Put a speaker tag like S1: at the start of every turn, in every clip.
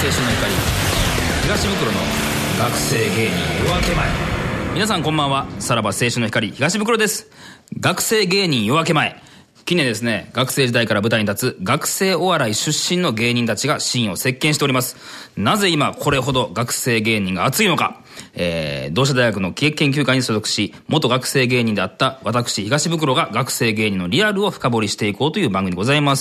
S1: 春の光、東袋の学生芸人夜明け前。皆さんこんばんは。さらば青春の光、東袋です。学生芸人夜明け前、近年ですね、学生時代から舞台に立つ学生お笑い出身の芸人たちがシーンを席巻しております。なぜ今これほど学生芸人が熱いのか、同志社大学の喜劇研究会に所属し、元学生芸人であった私東袋が学生芸人のリアルを深掘りしていこうという番組でございます。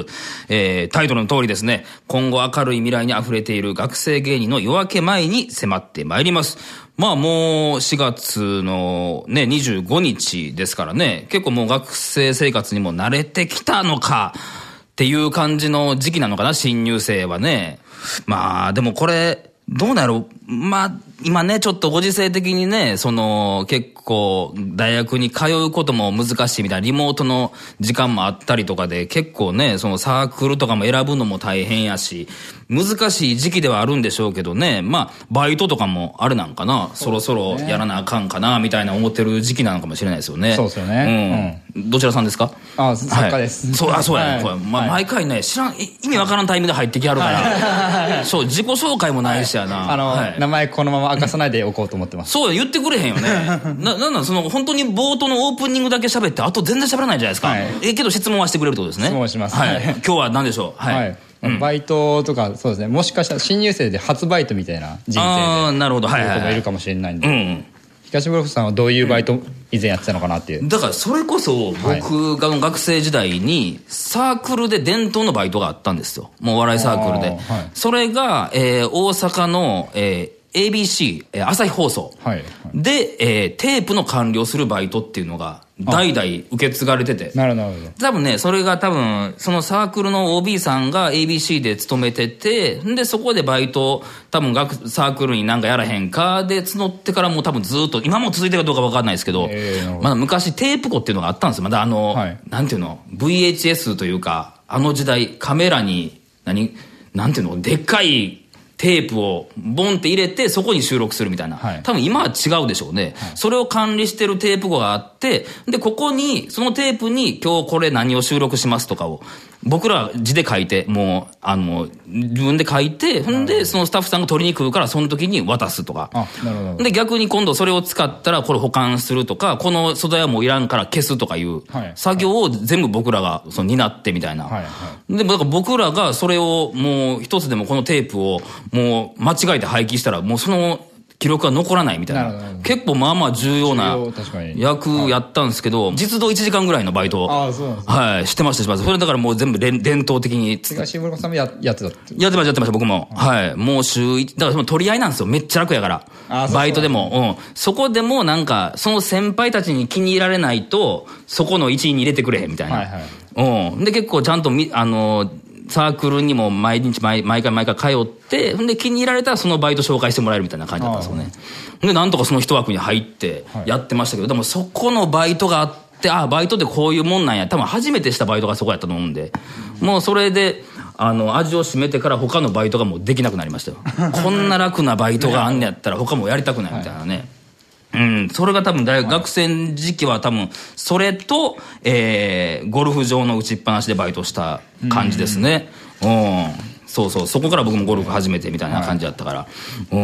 S1: タイトルの通りですね、今後明るい未来に溢れている学生芸人の夜明け前に迫ってまいります。まあもう4月のね25日ですからね、結構もう学生生活にも慣れてきたのかっていう感じの時期なのかな、新入生はね。まあでもこれどうなる、まあ今ねちょっとご時世的にね、その結構大学に通うことも難しいみたいな、リモートの時間もあったりとかで、結構ねそのサークルとかも選ぶのも大変やし難しい時期ではあるんでしょうけどね。まあバイトとかもあれなんかな、そろそろやらなあかんかなみたいな思ってる時期なのかもしれないですよね。
S2: そうですよね、
S1: どちらさんですか？
S2: 作家です、
S1: そうやね、毎回ね知らん意味わからんタイミングで入ってきはるから、そう自己紹介もないしやな、
S2: 名前このまま明かさないでおこうと思ってます。
S1: そう言ってくれへんよね。なんその本当に冒頭のオープニングだけ喋ってあと全然喋らないじゃないですか、けど質問はしてくれるってことですね。
S2: 質問します、
S1: 今日は何でしょう。
S2: バイトとか、そうですね、もしかしたら新入生で初バイトみたいな人生で
S1: なるほど、
S2: そういう子もいるかもしれないんで、東村さんはどういうバイト以前やってたのかなっていう、
S1: だからそれこそ僕が学生時代にサークルで伝統のバイトがあったんですよ。もうお笑いサークルで、それが、大阪の、ABC、朝日放送で、テープの管理をするバイトっていうのが代々受け継がれてて、
S2: なるほど、
S1: 多分ねそれが多分そのサークルの OB さんが ABC で勤めてて、でそこでバイト多分サークルになんかやらへんかで募ってからもう多分ずっと今も続いてるかどうか分かんないですけど、まだ昔テープ庫っていうのがあったんですよ。まだなんていうの VHS というか、あの時代カメラになんていうのでっかいテープをボンって入れてそこに収録するみたいな、多分今は違うでしょうね、それを管理してるテープ庫があって、でここにそのテープに今日これ何を収録しますとかを僕ら字で書いて、もう自分で書いて、ほんでそのスタッフさんが取りに来るからその時に渡すとか、で逆に今度それを使ったらこれ保管するとか、この素材はもういらんから消すとかいう作業を全部僕らが担ってみたいな、でもだから僕らがそれをもう一つでもこのテープをもう間違えて廃棄したらもうその記録が残らないみたいな、結構まあまあ重要な役やったんですけど、実動1時間ぐらいのバイトしてました。それだからもう全部伝統的に
S2: 東村さんもやってま
S1: した僕も、もう週1だからその取り合いなんですよ。めっちゃ楽やからバイトでも、そこでもなんかその先輩たちに気に入られないとそこの一員に入れてくれへんみたいな、で結構ちゃんとサークルにも毎回通って、で気に入られたらそのバイト紹介してもらえるみたいな感じだったんですよね。でなんとかその一枠に入ってやってましたけど、でもそこのバイトがあって、バイトってこういうもんなんや、多分初めてしたバイトがそこやったと思うんで、もうそれで味を占めてから他のバイトがもうできなくなりましたよ。こんな楽なバイトがあんねやったら他もやりたくないみたいなね、それが多分学生時期は多分それと、ゴルフ場の打ちっぱなしでバイトした感じですね。そこから僕もゴルフ始めてみたいな感じだったから、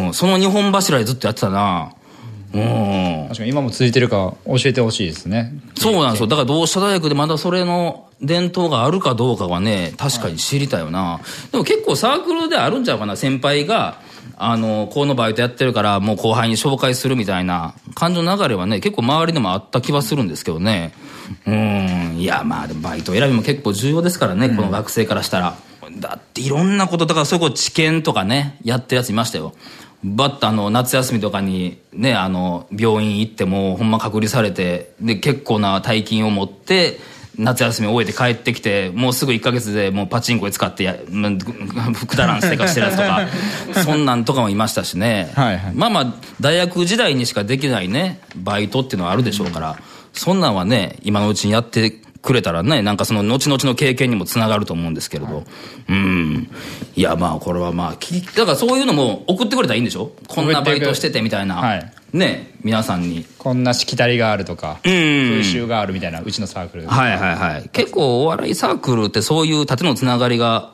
S1: その2本柱でずっとやってたな。
S2: 確かに今も続いてるか教えてほしいですね。
S1: そうなんですよ。だから同志社大学でまだそれの伝統があるかどうかはね確かに知りたいよな、でも結構サークルであるんちゃうかな、先輩がこのバイトやってるからもう後輩に紹介するみたいな感じの流れはね結構周りでもあった気はするんですけどね。いやまあでもバイト選びも結構重要ですからね、この学生からしたら。だっていろんなことだから、そういう知見とかねやってるやついましたよ。バッと夏休みとかにね病院行ってもほんま隔離されて、で結構な大金を持って夏休み終えて帰ってきて、もうすぐ1ヶ月でもうパチンコで使ってくだらん生活してるやつとかそんなんとかもいましたしね。まあ大学時代にしかできないねバイトっていうのはあるでしょうから、そんなんはね今のうちにやってくれたらね、なんかその後々の経験にもつながると思うんですけれど、いやまあこれはまあだからそういうのも送ってくれたらいいんでしょ、こんなバイトしててみたいな、ね、皆さんに
S2: こんなしきたりがあるとか風習があるみたいな、うちのサークル、
S1: 結構お笑いサークルってそういう縦のつながりが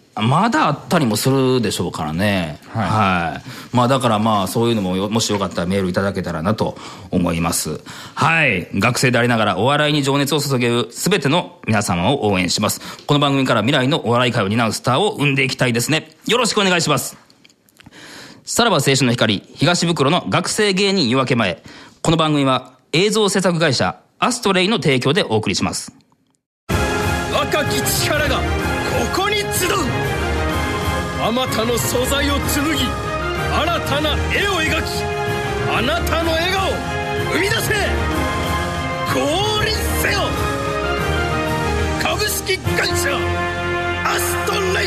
S1: まだあったりもするでしょうからね。はい。まあだからまあそういうのももしよかったらメールいただけたらなと思います。はい。学生でありながらお笑いに情熱を注げる全ての皆様を応援します。この番組から未来のお笑い界を担うスターを生んでいきたいですね。よろしくお願いします。さらば青春の光東袋の学生芸人夜明け前。この番組は映像制作会社アストレイの提供でお送りします。
S3: 若き力がここに集う。あまたの素材を紡ぎ新たな絵を描き、あなたの笑顔生み出せ。降臨せよ株式会社アストレイ。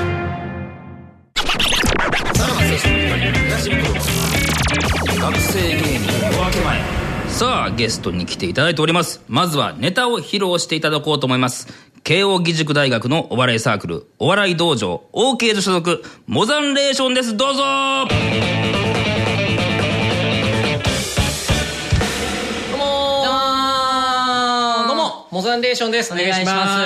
S1: さらば青春の光東袋の学生芸人夜明け前。さあゲストに来ていただいております。まずはネタを披露していただこうと思います。慶應義塾大学のお笑いサークルお笑い道場 OK ズ所属モザンレーションです。どうぞ。
S4: どうもモザンレーションです。お願いします。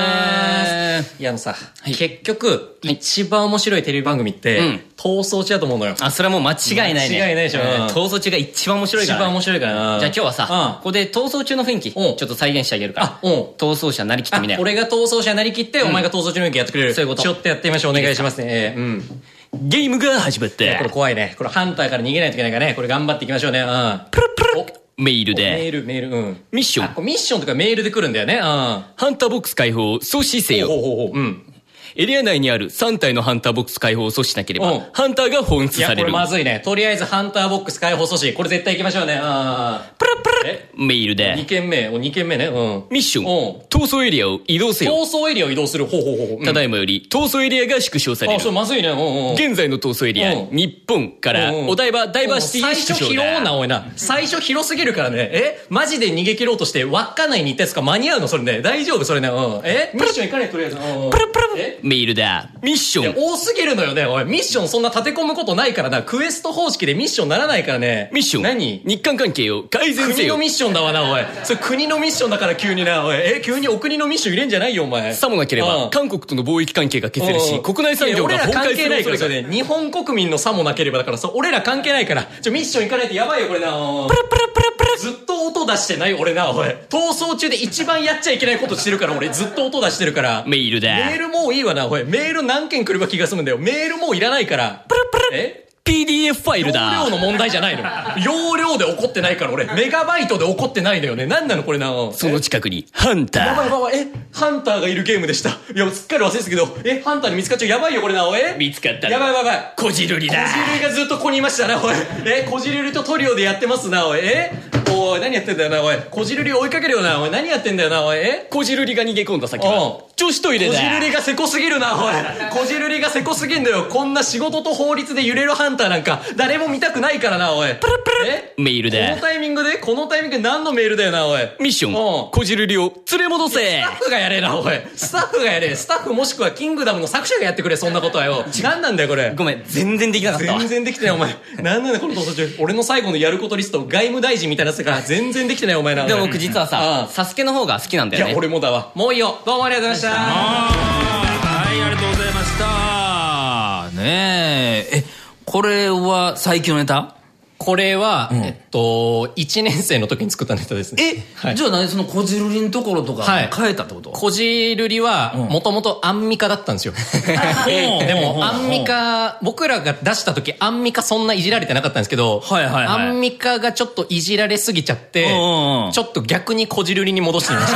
S4: いやさ、結局一番面白いテレビ番組って逃走中だと思うのよ。
S5: それはもう間違いないね。
S4: 間違いないでしょ。
S5: 逃走中が一番面白いから。
S4: 一番面白いからな。
S5: じゃあ今日はさ、ここで逃走中の雰囲気ちょっと再現してあげるから、逃走者なりきってみなよ。
S4: 俺が逃走者なりきってお前が逃走中の雰囲気やってくれる。
S5: そういうこと。
S4: ちょっとやってみましょう。お願いしますね。
S5: ゲームが始まった。
S4: これ怖いね。これハンターから逃げないといけないからね。これ頑張っていきましょうね。
S5: プルプルメールで。
S4: メール。
S5: ミッション。
S4: ミッションとかメールで来るんだよね。
S5: ハンターボックス解放阻止せよ。エリア内にある3体のハンターボックス解放を阻止しなければ、ハンターが放出される。
S4: いや、これまずいね。とりあえずハンターボックス解放阻止。これ絶対行きましょうね。
S5: プルプルメールで。
S4: 2件目ね。
S5: ミッション。逃走エリアを移動せよ。
S4: 逃走エリアを移動する。
S5: ただいまより逃走エリアが縮小される。
S4: そう、まずいね。
S5: 現在の逃走エリア、日本からお台場ダイバーシティに縮小だ。
S4: 最初広な、おいな。最初広すぎるからね。マジで逃げ切ろうとして稚内に行ったやつか間に合うのそれね。大丈夫それね。ミッション行かないとりあえず。
S5: プルプルメールだ。ミッション。
S4: 多すぎるのよね。おい、ミッションそんな立て込むことないからな。クエスト方式でミッションならないからね。
S5: ミッション。
S4: 何？
S5: 日韓関係を改善せよ。
S4: 国のミッションだわな、おい。それ国のミッションだから急にな、おい。急にお国のミッション入れんじゃないよ、お前。
S5: さもなければ、韓国との貿易関係が消せるし、国内産業が崩壊する。
S4: 俺ら関係ないから、それね。日本国民のさもなければだから、俺ら関係ないから。ミッション行かないとやばいよ、これな。
S5: プルプルプルプル。
S4: ずっと音出してない、俺な、おい。逃走中で一番やっちゃいけないことしてるから、俺ずっと音出してるから。
S5: メールだ。
S4: メールもういいわな、おい。メール何件来れば気が済むんだよ。メールもういらないから。
S5: プルプル。PDF ファイルだ。
S4: 容量の問題じゃないの。容量で怒ってないから俺。メガバイトで怒ってないのよね。なんなのこれな。
S5: その近くにハンター。
S4: やばい。ハンターがいるゲームでした。いや、すっかり忘れてたけど、ハンターに見つかっちゃう。やばいよこれな、おい。
S5: 見つかった。
S4: やばい。
S5: こじるりだ。
S4: こじるりがずっとここにいましたな、おい。こじるりとトリオでやってますな、おい。おい、何やってんだよな、おい。こじるり追いかけるよな、おい。何やってんだよな、おい。
S5: こじるりが逃げ込んだ先は女子トイレだ。
S4: こじるりがせこすぎるな、おい。こじるりがせこすぎんだよ。こんな仕事と法律で揺れるハンターなんか誰も見たくないからな、おい。
S5: プルプルメールだ。
S4: このタイミングで何のメールだよな、おい。
S5: ミッション。こじるりを連れ戻せ。
S4: スタッフがやれな、おい。スタッフもしくはキングダムの作者がやってくれ、そんなことはよ。何なんだよ、これ。
S5: ごめん、全然できなかったわ。
S4: 全然できてない、お前。なんなんだこの逃走中。俺の最後のやることリスト、外務大臣みたいなやつだから、全然できてない、お前な。
S5: でも僕実はさ、サスケの方が好きなんだよね。
S4: いや、俺もだわ。もういいよ。どうもありがとうございました。
S1: はい、ありがとうございました。ねえ。これは最強ネタ？
S4: これは、1年生の時に作ったネタですね。
S1: じゃあ何そのこじるりのところとか変えたってこと？
S4: こじるりは、もともとアンミカだったんですよ。でも、アンミカ、僕らが出した時、アンミカそんないじられてなかったんですけど、アンミカがちょっといじられすぎちゃって、ちょっと逆にこじるりに戻してみました。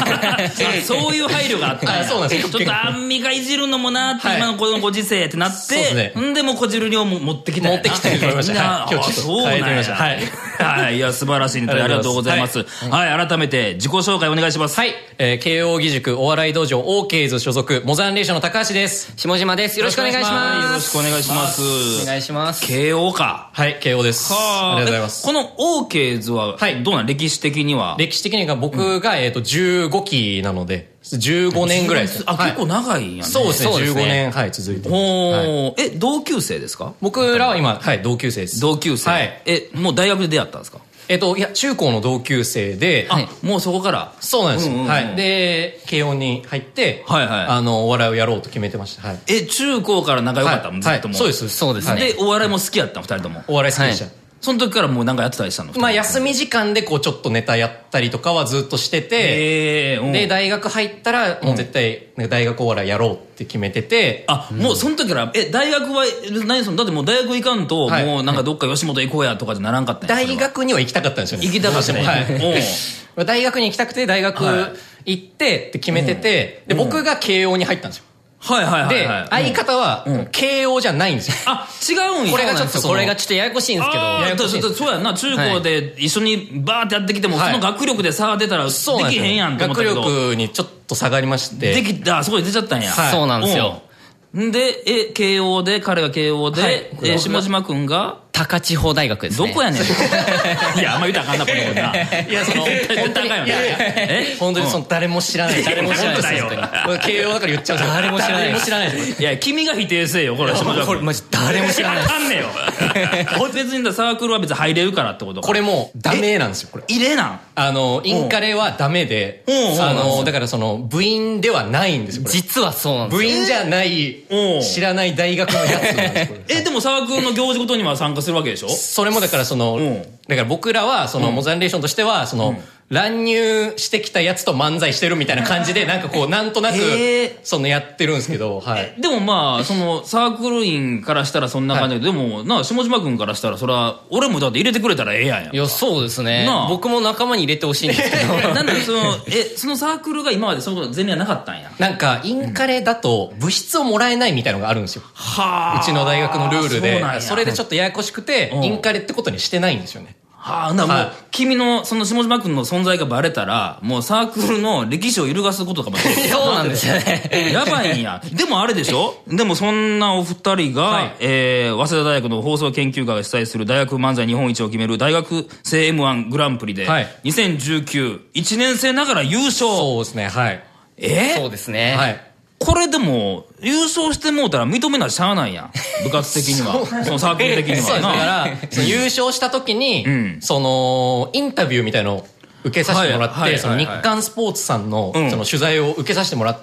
S1: そういう配慮があったんや。
S4: そうなんですよ。
S1: ちょっとアンミカいじるのもなって、今のこのご時世ってなって、んでもこじるりを持ってきた。
S4: 持ってきたと思いました。今日ちょっと変えてみました。
S1: はい。いや、素晴らしいネタありがとうございます。はい、改めて自己紹介お願いします。
S4: はい。慶應義塾お笑い道場 OK ズ所属、モザンレーションの高橋です。
S5: 下島です。よろしくお願いします。
S1: よろしくお願いします。
S5: お願いします。
S1: 慶応か。
S4: はい、慶応です。ありがとうございます。
S1: この OK ズは、どうなん歴史的には？
S4: 歴史的には僕が15期なので、15年ぐらいです。
S1: 結構長いんやね。
S4: そうですね、15年、続いて。
S1: 同級生ですか？
S4: 僕らは今、同級生です。
S1: 同級生。もう大学で出会ったんですか？
S4: いや、中高の同級生で。
S1: もうそこから。
S4: そうなんですよ。はい。で、慶応に入って、お笑いをやろうと決めてました。
S1: 中高から仲良かったもん、ずっとも。
S4: そうです。そうですね。
S1: で、お笑いも好きやったの、二人とも。
S4: お笑い好きでした。
S1: その時からもうなんかやってたりしたの？
S4: まあ休み時間でこうちょっとネタやったりとかはずっとしてて、で、大学入ったらもう絶対大学お笑いやろうって決めてて。
S1: もうその時から、大学は、だってもう大学行かんと、もうなんかどっか吉本行こうやとかじゃならんかったんや。
S4: 大学には行きたかったんですよね。
S1: 行きたかったね。
S4: 大学に行きたくて大学行ってって決めてて、で、僕が慶応に入ったんですよ。で、相方は、慶応じゃないんですよ。
S1: 違うんや。
S5: これがちょっとややこしいんですけど。
S1: ややこしい。そうやんな、中高で一緒にバーってやってきても、その学力で差出たらできへんやんって思ったけど。
S4: 学力にちょっと下がりまして。
S1: そこで出ちゃったんや。
S5: そうなんですよ。
S1: で、慶応で、彼が慶応で、下島くんが
S5: 高千穂大学ですね。
S1: どこやねん。いや、あんま言うたらあかんな、これな。いや、絶対あかんよね。
S4: 本当に誰も知らない。
S5: 誰も知らないですよ。
S4: 慶応だから言っちゃう。誰も知らない。誰も知らないです。
S1: いや、君が否定せえよ、これ。
S4: これマジ誰も知らない。
S1: あかんねよ。別にサークルは別に入れるからってことか。
S4: これもうダメなんですよ、これ。
S1: 異例なん
S4: インカレはダメで、だから部員ではないんですよ、これ。
S5: 実はそうなんです。
S4: 部員じゃない、知らない大学のやつなんです。
S1: でもサークルの行事ごとには参加するわけでしょ？
S4: それもだからだから僕らはモザンレーションとしては乱入してきたやつと漫才してるみたいな感じでなんかこうなんとなくやってるんですけど、
S1: でもまあサークル員からしたらそんな感じで、でも下島君からしたらそれは俺もだって入れてくれたらええやん。
S5: いや、そうですね。僕も仲間に入れてほしいんですけど。
S1: なんだそのサークルが今までその前例はなかったんや。
S4: なんかインカレだと部室をもらえないみたいなのがあるんですよ。うちの大学のルールで。それでちょっとややこしくてインカレってことにしてないんですよね。
S1: もう君のその下島君の存在がバレたらもうサークルの歴史を揺るがすことかもしれない。
S5: そうなんですよね。
S1: やばいんや。でもあれでしょ？でもそんなお二人が早稲田大学の放送研究会が主催する大学漫才日本一を決める大学生 M1 グランプリで2019、1年生ながら優勝。
S4: そうですね。
S5: そうですね。
S1: これでも優勝してもうたら認めなしゃあないやん、部活的には。そのサークル的には。
S4: そうです。だから優勝した時にインタビューみたいのを受けさせてもらって、日刊スポーツさんの取材を受けさせてもらって、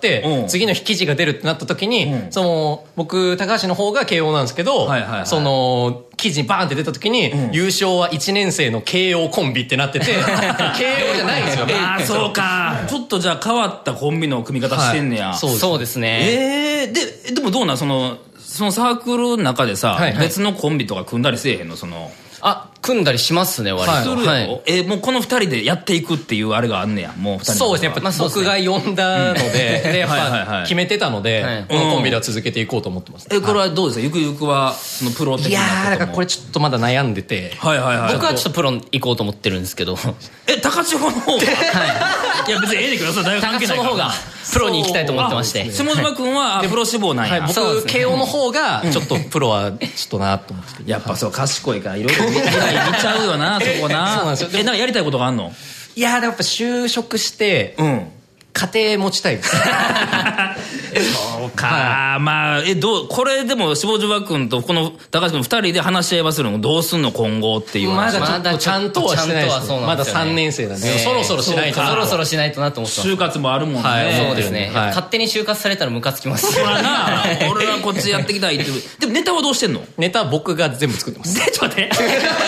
S4: 次の日記事が出るってなった時に、僕高橋の方が慶応なんですけど、記事にバーンって出た時に、優勝は1年生の慶応コンビってなってて、慶応じゃないんですよ。
S1: そうか。ちょっとじゃあ変わったコンビの組み方してんねや。
S5: そうですね。
S1: でもどうなんそのサークルの中でさ、別のコンビとか組んだりせえへんの？
S5: 組んだりしますね、割と。
S1: もうこの二人でやっていくっていうあれがあんねや、もう二人。
S4: そうですね、やっぱ僕が呼んだので、やっぱ決めてたので、このコンビでは続けていこうと思ってます。
S1: これはどうですか？ゆくゆくは、そのプロ的な。
S4: いやー、だからこれちょっとまだ悩んでて。
S5: 僕はちょっとプロ行こうと思ってるんですけど。
S1: 高千穂の方が？いや、別にええねんけど、大学関係ないから。
S5: 高千穂の方がプロに行きたいと思ってまして。
S1: 下島君はプロ志望なんや。
S4: 僕、慶応の方が、ちょっとプロはちょっとなと思って。
S1: やっぱそう、賢いから、いろいろ見ちゃうよな、そこな。そうなんですよ。なんかやりたいことがあんの？
S4: いやー、やっぱ就職して、家庭持ちたいです。
S1: そうか。まあ、これでも下島君とこの高橋君2人で話し合いはするの？どうすんの今後っていう。
S4: まだちゃんとはしてないです。まだ3年生なんで。そろそろしないと。
S5: そろそろしないとなと思ってます。
S1: 就活もあるもんね。
S5: そうですね。勝手に就活されたらムカつきます。
S1: ほらな、俺はこっちやっていきたいって。でもネタはどうしてんの？
S4: ネタは僕が全部作ってます。
S1: ちょっと待って。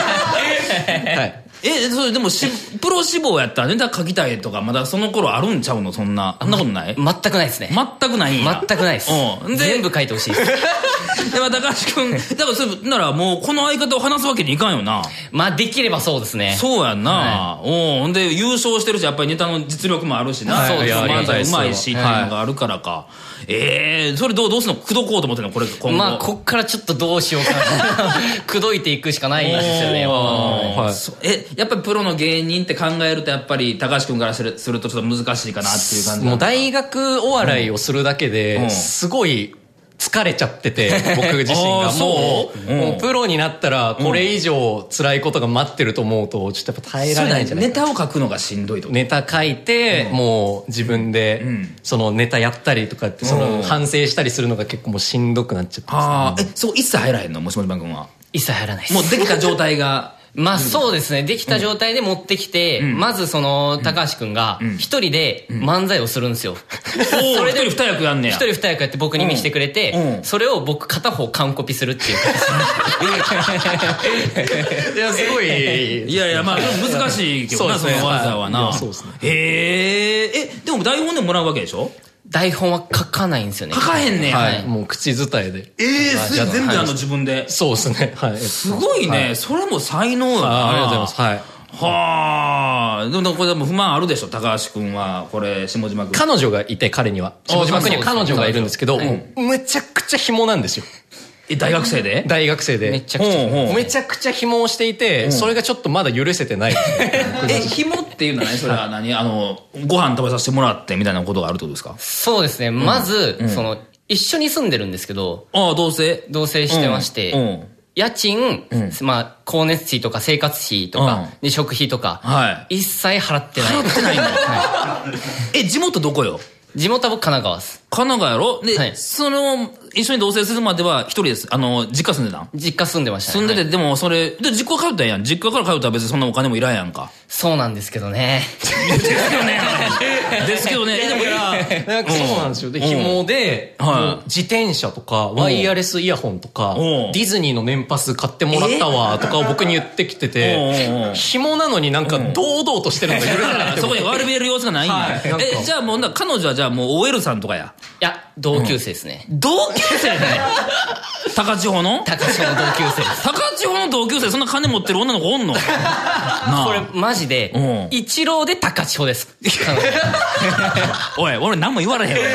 S1: それでもプロ志望やったらネタ書きたいとかまだその頃あるんちゃうの？そんなことない？
S5: 全くないですね。
S1: 全くないんや。
S5: 全くないです。全部書いてほしいです。
S1: でも高橋君、だからそれならもうこの相方を話すわけにいかんよな。
S5: まあできればそうですね。
S1: そうやんな。ほんで優勝してるし、やっぱりネタの実力もあるしな。そうです。漫才うまいしっていうのがあるからか。それどうすんの？口説こうと思ってんの？これ今後。
S5: まあこっからちょっとどうしようかな。口説いていくしかないですよね。
S1: やっぱりプロの芸人って考えるとやっぱり高橋君からするとちょっと難しいかなっていう感じ。
S4: もう大学お笑いをするだけですごい疲れちゃってて、僕自身がもうプロになったらこれ以上辛いことが待ってると思うとちょっとやっぱ耐えられないんじゃないかな。
S1: ネタを書くのがしんどいと。
S4: ネタ書いてもう自分でそのネタやったりとかって反省したりするのが結構もうしんどくなっちゃってますね。
S1: そう一切入らへんの？もしもしばん君は。
S5: 一切入らないです。
S1: もうできた状態が
S4: まあそうですね。できた状態で持ってきて、まずその、高橋くんが、一人で漫才をするんですよ。
S1: それで一人二役やんねや。
S4: 一人二役やって僕に見せてくれて、それを僕片方完コピするっていう。
S2: いや、すごい。
S1: いやいや、まあ難しいけどな、その技はな。
S2: そうですね。
S1: へえ、でも台本でもらうわけでしょ？
S4: 台本は書かないんですよね。
S1: 書かへんねや。
S2: はい。もう口伝えで。
S1: 全部自分で。
S2: そうですね。はい。
S1: すごいね。それも才能よな。
S2: ありがとうございます。はい。
S1: はあ。でもこれでも不満あるでしょ、高橋くんは。これ、下島くん。
S2: 彼女がいて、彼には。下島くんには彼女がいるんですけど、めちゃくちゃ紐なんですよ。
S1: 大学生で？
S2: 大学生で。
S4: めちゃくちゃ紐をしていて、それがちょっとまだ許せてない。
S1: 紐っていうのはね、それは何？ご飯食べさせてもらってみたいなことがあるってことですか？
S4: そうですね。まず、一緒に住んでるんですけど。
S1: 同棲
S4: してまして。家賃、まあ、光熱費とか生活費とか、食費とか、一切払ってない。
S1: 払ってないの？地元どこよ？
S4: 地元は僕神奈川です。
S1: 神奈川やろで、一緒に同棲するまでは一人です。実家住んでたん？
S4: 実家住んでましたね。
S1: 住んでて、でもそれ、で、実家帰ったんやん。実家から帰ったら別にそんなお金もいらんやんか。
S4: そうなんですけどね。
S1: ですけどね。
S2: でもなんかそうなんですよ。で、紐で、自転車とか、ワイヤレスイヤホンとか、ディズニーの年パス買ってもらったわ、とかを僕に言ってきてて、紐なのになんか堂々としてるのが許せなくて。
S1: そこに悪びれる様子がないんや。じゃあもう、彼女はじゃあもう OL さんとかや。
S4: いや、同級生ですね。
S1: 同級生ね。高千穂の
S4: 高千穂の同級生です。
S1: 高千穂の同級生、そんな金持ってる女の子おんの？こ
S4: れマジで、一郎で高千穂です。
S1: おい、俺何も言われへんわ。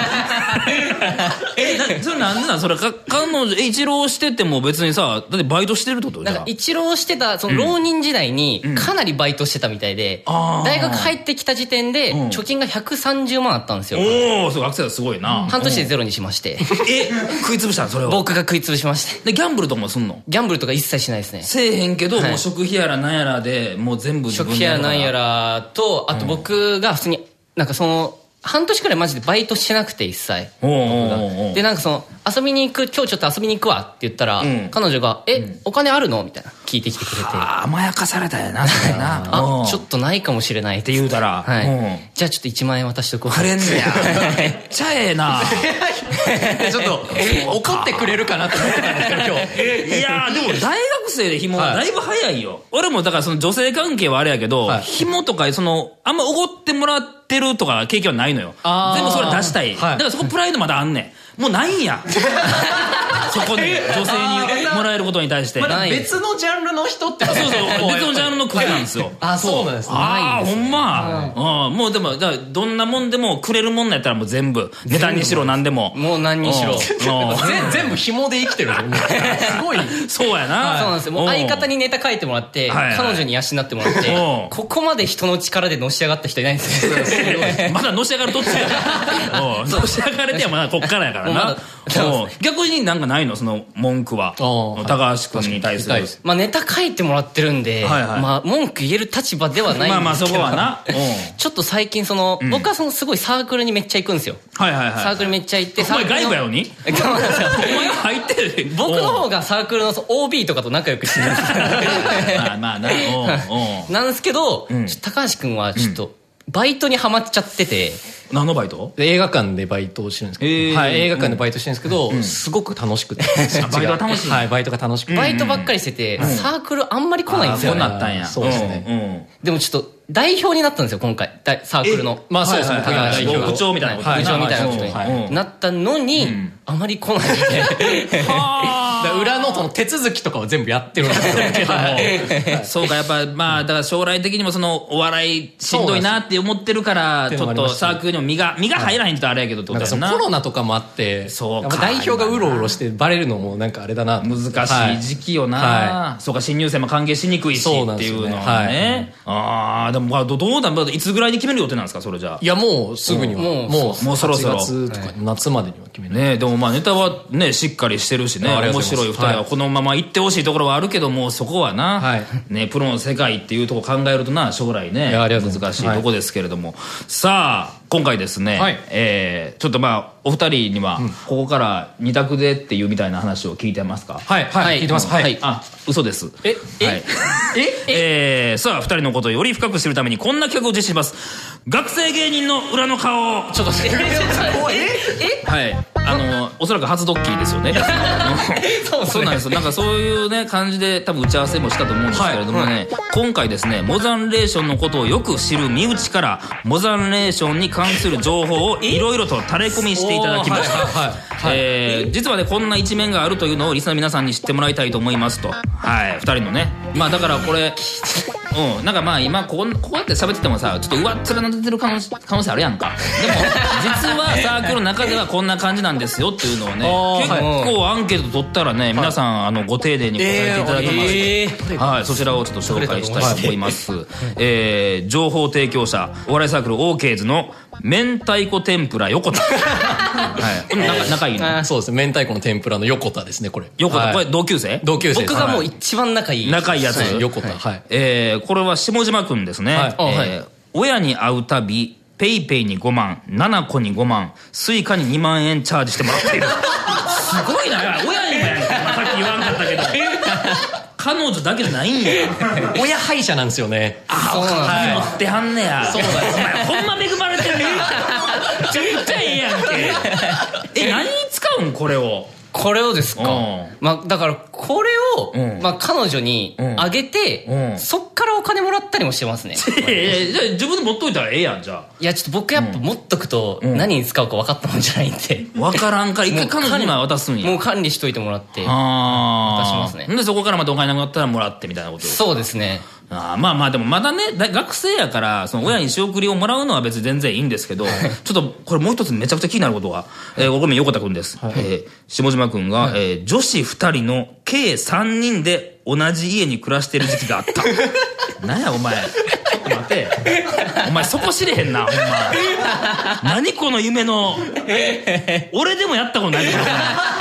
S1: それなんでなん？それ彼女、一浪してても別にさ、だってバイトしてるってこと？
S4: なんか一浪してた、その浪人時代にかなりバイトしてたみたいで、大学入ってきた時点で貯金が130万あったんですよ。
S1: おお、そう、学生はすごいな。
S4: 半年でゼロにしまして。
S1: 食いつぶしたんそれを？
S4: 僕が食いつぶしまして。
S1: で、ギャンブルとかもすんの？
S4: ギャンブルとか一切しないですね。
S1: せえへんけど、もう食費やらなんやらで、もう全部自分で。
S4: 食費やらなんやらと、あと僕が普通に、なんか半年くらいマジでバイトしてなくて一切。で、なんか遊びに行く、今日ちょっと遊びに行くわって言ったら、彼女が、お金あるのみたいな聞いてきてくれて。
S1: 甘やかされたよな、それな。
S4: ちょっとないかもしれない
S1: って言うたら、
S4: じゃあちょっと1万円渡しとこう。
S1: くれんねや。めっちゃええな。
S2: ちょっと、怒ってくれるかなって思ってたんですけど、今日。
S1: いやでも大学生で紐はだいぶ早いよ。俺もだから女性関係はあれやけど、紐とかあんまおごってもらってるとか経験はないのよ。全部それ出したい。だからそこプライドまだあんねん。もうないんや。そこに女性にもらえることに対して。
S2: 別のジャンルの人って
S1: そうそう、別のジャンルのクズなんですよ。
S2: そうなんですね。
S1: ほんま。もうでも、どんなもんでもくれるもんなんやったらもう全部、ネタにしろ何でも。
S4: もう何にしろ。
S2: 全部紐で生きてる。すごい。
S1: そうやな。
S4: そうなんですよ。もう相方にネタ書いてもらって、彼女に養ってもらって、ここまで人の力でのし上がった人いないんですよ。
S1: まだのし上がるとっちや。のし上がれてはまだこっからやからな。逆になんかないの？その文句は。高橋君に対する。
S4: まあネタ書いてもらってるんで、まあ文句言える立場ではないんですけど。
S1: まあそこはな。
S4: ちょっと最近僕はすごいサークルにめっちゃ行くんですよ。サークルめっちゃ行って。
S1: お前外部やのに？お前が入ってる。
S4: 僕の方がサークルの OB とかと仲良くしてるんですよ。
S1: まあな。
S4: なんですけど、高橋君はちょっと、バイトにハマっちゃってて。
S1: 何のバイト？
S2: 映画館でバイトをしてるんですけど、はい、映画館でバイトしてるんですけど、すごく楽しくて。
S1: バイトが楽しい？
S2: はい、バイトが楽しくて。
S4: バイトばっかりしてて、サークルあんまり来ないんですよね。
S1: そうなったんや。
S2: そうですね。
S4: でもちょっと、代表になったんですよ、今回。サークルの。
S2: まあそうですね、
S1: 代表。部長みたいなこと。
S4: 部長みたいなことになったのに、あまり来ないで。
S2: 裏の手続きとかを全部やってるんですけども。
S1: そうか、やっぱまあ、だから将来的にもお笑いしんどいなって思ってるから、ちょっとサークルにも身が入らへんとあれやけどってことだよな。
S2: コロナとかもあって、代表がうろうろしてバレるのもなんかあれだな。
S1: 難しい時期よな。そうか、新入生も歓迎しにくいしっていうのはね。でもどうだ、いつぐらいに決める予定なんですか、それじゃあ。
S2: いや、もうすぐには。
S1: もうそろそろ。
S2: 8月とか夏までには決める。
S1: ね、でももまあネタはねしっかりしてるしね、面白い2人はこのまま行ってほしいところはあるけども、そこはな、ね、プロの世界っていうところ考えるとな、将来ね難しいとこですけれども、さあ今回ですね、ちょっとまあお二人にはここから2択でっていうみたいな話を聞いてますか？
S2: はい聞いてます。
S1: あ、嘘です。さあ2人のことをより深く知るためにこんな企画を実施します。学生芸人の裏の顔。ちょっとはい、おそらく初ドッキリですよね。そうなんです。なんかそういうね感じで多分打ち合わせもしたと思うんですけれどもね、今回ですねモザンレーションのことをよく知る身内からモザンレーションに関する情報をいろいろと垂れ込みしていただきました。実はねこんな一面があるというのをリスナーの皆さんに知ってもらいたいと思いますと。2人のね、まあだからこれなんかまあ今こうやって喋っててもさ、ちょっと上っ面な出てる可能性あるやんか。でも実はサークルの中ではこんな感じなんですよっていうのをね、結構アンケート取ったらね、皆さんご丁寧に答えていただきまして、そちらをちょっと紹介したいと思います。情報提供者お笑いサークル OK の明太子天ぷら横田。仲いいね。
S2: そうですね、明太子の天ぷらの横田ですね。これ
S1: 横田、これ同級生？
S2: 同級生。
S4: 僕がもう一番仲いい
S1: やつ。
S2: 横田。
S1: これは下島くんですね。親に会うたびペイペイに5万、7個に5万、スイカに2万円チャージしてもらっている。すごいな。親にもやんか。さっき言わんかったけど。彼女だけじゃないんや。
S2: 親敗者なんですよね。
S1: お金持ってはんねや。そうなんです。ほんま恵まれてるな。めちゃくちゃええやんけ。何に使うんこれを。
S4: これをですか？まあだからこれをまあ彼女にあげて、そっからお金もらったりもしてますね。
S1: じゃあ自分で持っといたらええやん。じゃあ
S4: いやちょっと僕やっぱ持っとくと何に使うか分かったもんじゃないんで、
S1: 分からんから一回彼女には渡すんや。
S4: もう管理しといてもらって渡しますね。
S1: でそこからまたお金なくなったらもらってみたいなこと。
S4: そうですね。
S1: まあでもまだね学生やからその親に仕送りをもらうのは別に全然いいんですけど、ちょっとこれもう一つめちゃくちゃ気になることが、ごめん横田くんです。下島くんが女子2人の計3人で同じ家に暮らしてる時期があった。なんやお前、ちょっと待て、お前そこ知れへんなほんま。何この夢の、俺でもやったことないから。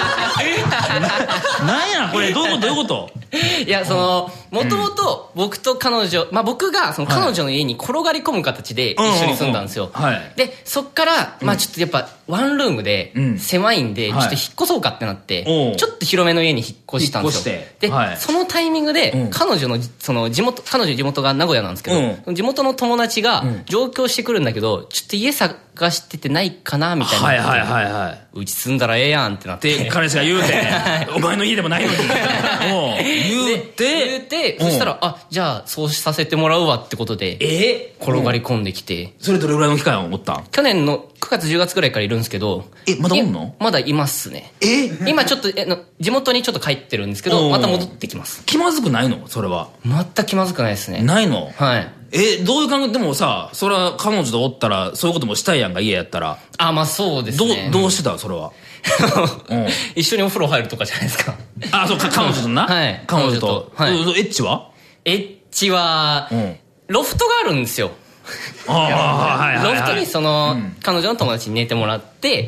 S1: なんやこれ、どういうこと
S4: いやもともと僕と彼女、まあ僕がその彼女の家に転がり込む形で一緒に住んだんですよ。でそっからまあちょっとやっぱワンルームで狭いんでちょっと引っ越そうかってなって、ちょっと広めの家に引っ越したんですよ。でそのタイミングで彼女の地元が名古屋なんですけど、地元の友達が上京してくるんだけど、ちょっと家探しててないかなみたいな。うち住んだらええやんってなって、
S1: 彼氏が言うて、お前の家でもないのに言うて、
S4: そしたらじゃあそうさせてもらうわってことで転がり込んできて。
S1: それどれぐらいの期間をおったん？
S4: 去年の9月10月ぐらいからいるんですけど。
S1: まだおんの？
S4: まだいますね。今ちょっと地元にちょっと帰ってるんですけど、また戻ってきます。
S1: 気まずくないの？それは
S4: 全く気まずくないですね。
S1: ないの？
S4: はい。
S1: どういう感覚でもさ、それは彼女とおったらそういうこともしたいやんか、家やったら。
S4: まあそうですね。
S1: どうしてたそれは。
S4: 一緒にお風呂入るとかじゃないですか。
S1: そうか、彼女とな。
S4: はい。
S1: 彼女と。エッチは？
S4: エッチはロフトがあるんですよ。ロフトに彼女の友達に寝てもらって、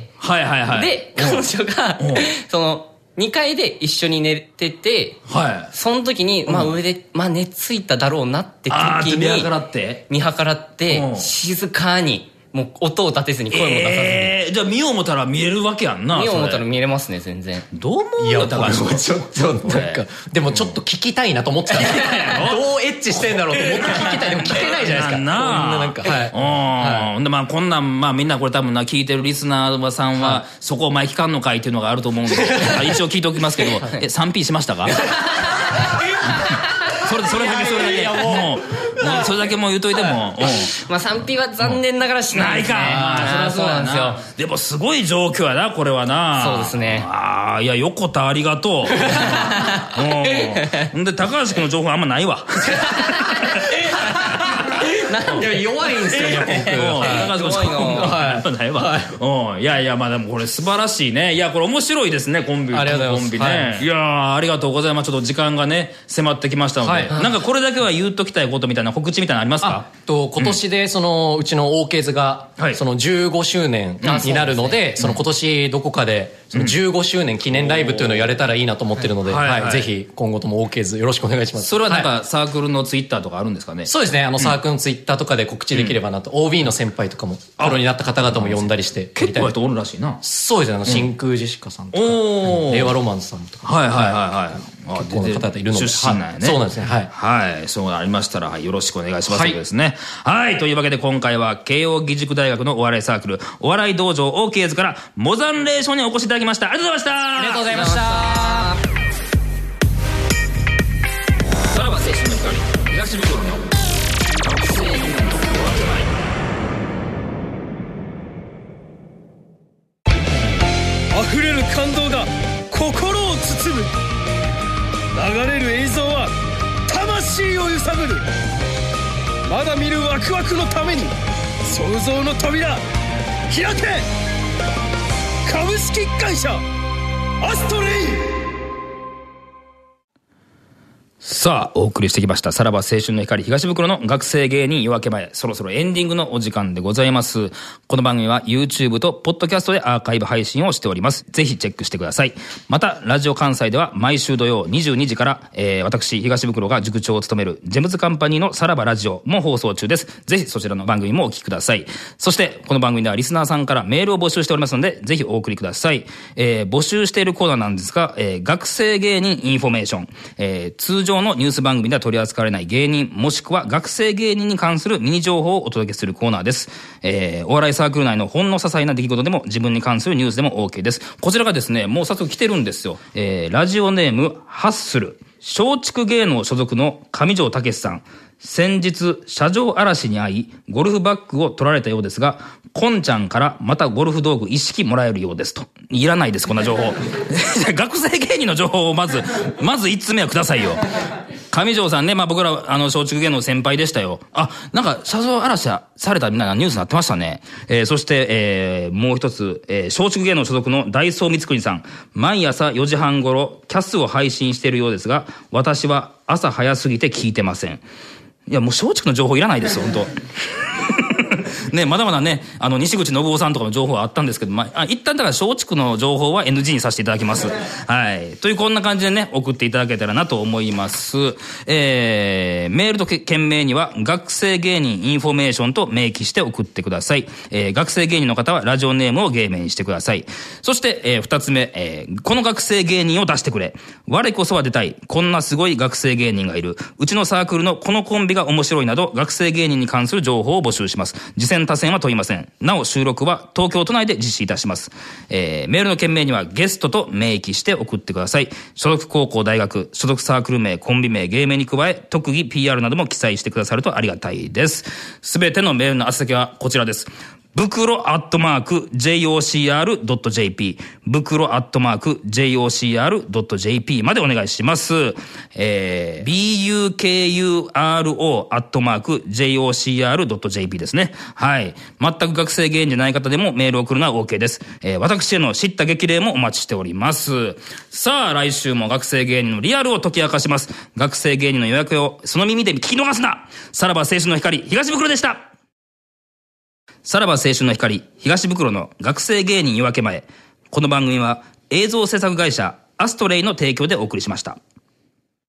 S4: で彼女が2階で一緒に寝てて、その時に上で寝ついただろうなって時に見計らって静かにもう音を立てずに声も出さずに。
S1: じゃあ見よう思ったら見えるわけやんな。
S4: 見よう思ったら見れますね、全然。
S1: どう思うよ、高橋。
S2: ちょっとなんか、でもちょっと聞きたいなと思ってた。どうエッチしてんだろうと思って聞きたい。でも聞けないじゃないですか。こんななんか。
S1: でまあこんなんみんなこれ多分聞いてるリスナーさんはそこお前聞かんのかいっていうのがあると思うんで、一応聞いておきますけど、3P しましたか？それだけもうそれだけもう言うといても
S4: 3P は残念ながらしないですね。
S1: ないか。そりゃそうなんですよ。でもすごい状況やなこれはな。
S4: そうですね。
S1: いや横田ありがとう。で高橋君の情報あんまないわ。
S2: なんで弱いんですよね、僕。
S1: 弱いな。いやいや、まあでもこれ素晴らしいね。いや、これ面白いですね、コンビ。
S2: ありがとうございます。
S1: コンビね。いやありがとうございます。ちょっと時間がね、迫ってきましたので。なんかこれだけは言うときたいことみたいな、告知みたいなのありますか？
S2: 今年で、うちの OK 図が、15周年になるので、今年どこかで、15周年記念ライブというのをやれたらいいなと思ってるので、ぜひ今後とも OK 図よろしくお願いします。
S1: それはなんかサークルのツイッターとかあるんですかね？
S2: そうですね、サークルのツイッターとかで告知できればなと、OB の先輩とかも、プロになった方々も呼んだりして、
S1: 結構やとおるらしいな。
S2: そうですね、真空ジェシカさんとか、令和ロマンスさんとか。結構な方々いるので。
S1: 出身なんやね。
S2: そうなんですね。
S1: はい。そうありましたら、よろしくお願いします。ですね。はい。というわけで今回は、慶応義塾大学のお笑いサークル、お笑い道場 OK 図から、モザンレーションにお越しいただきました。ありがとうございました。
S2: ありがとうございました。
S1: さらば青春の光、東袋の学生ユニット。
S3: 溢れる感動が心を包む。流れる映像は魂を揺さぶる。まだ見るワクワクのために想像の扉開け。株式会社アストレイ。
S1: さあ、お送りしてきました。さらば青春の光東袋の学生芸人夜明け前。そろそろエンディングのお時間でございます。この番組は YouTube と Podcast でアーカイブ配信をしております。ぜひチェックしてください。また、ラジオ関西では毎週土曜22時から、私、東袋が塾長を務めるジェムズカンパニーのさらばラジオも放送中です。ぜひそちらの番組もお聞きください。そして、この番組ではリスナーさんからメールを募集しておりますので、ぜひお送りください。募集しているコーナーなんですが、学生芸人インフォメーション。通常のニュース番組では取り扱われない芸人もしくは学生芸人に関するミニ情報をお届けするコーナーです。お笑いサークル内のほんの些細な出来事でも自分に関するニュースでも OK です。こちらがですね、もう早速来てるんですよ。ラジオネームハッスル。松竹芸能所属の上条武さん。先日、車上荒らしに遭い、ゴルフバッグを取られたようですが、こんちゃんからまたゴルフ道具一式もらえるようですと。いらないです、こんな情報。学生芸人の情報をまず1つ目はくださいよ。上条さんね、僕ら、松竹芸能先輩でしたよ。なんか、車上荒らしされたみたいなニュースになってましたね。そして、もう一つ、松竹芸能所属のダイソー三國さん。毎朝4時半頃、キャスを配信しているようですが、私は朝早すぎて聞いてません。いや、もう松竹の情報いらないですよ、本当ね、まだまだね、西口信夫さんとかの情報はあったんですけど、一旦だから松竹の情報は NG にさせていただきます。はい。というこんな感じでね、送っていただけたらなと思います。メールと件名には、学生芸人インフォメーションと明記して送ってください。学生芸人の方はラジオネームを芸名にしてください。そして、二つ目、この学生芸人を出してくれ。我こそは出たい。こんなすごい学生芸人がいる。うちのサークルのこのコンビが面白いなど、学生芸人に関する情報を募集します。次戦他戦は問いません。なお収録は東京都内で実施いたします。メールの件名にはゲストと明記して送ってください。所属高校大学、所属サークル名、コンビ名、芸名に加え、特技 PR なども記載してくださるとありがたいです。すべてのメールの宛先はこちらです。袋@jocr.jp 袋@jocr.jp までお願いします。bukuro@jocr.jp ですね。はい。全く学生芸人じゃない方でもメールを送るのは OK です。私への知った激励もお待ちしております。さあ、来週も学生芸人のリアルを解き明かします。学生芸人の予約をその耳で聞き逃すな。さらば青春の光、東袋でした。さらば青春の光、東袋の学生芸人夜明け前。この番組は映像制作会社アストレイの提供でお送りしました。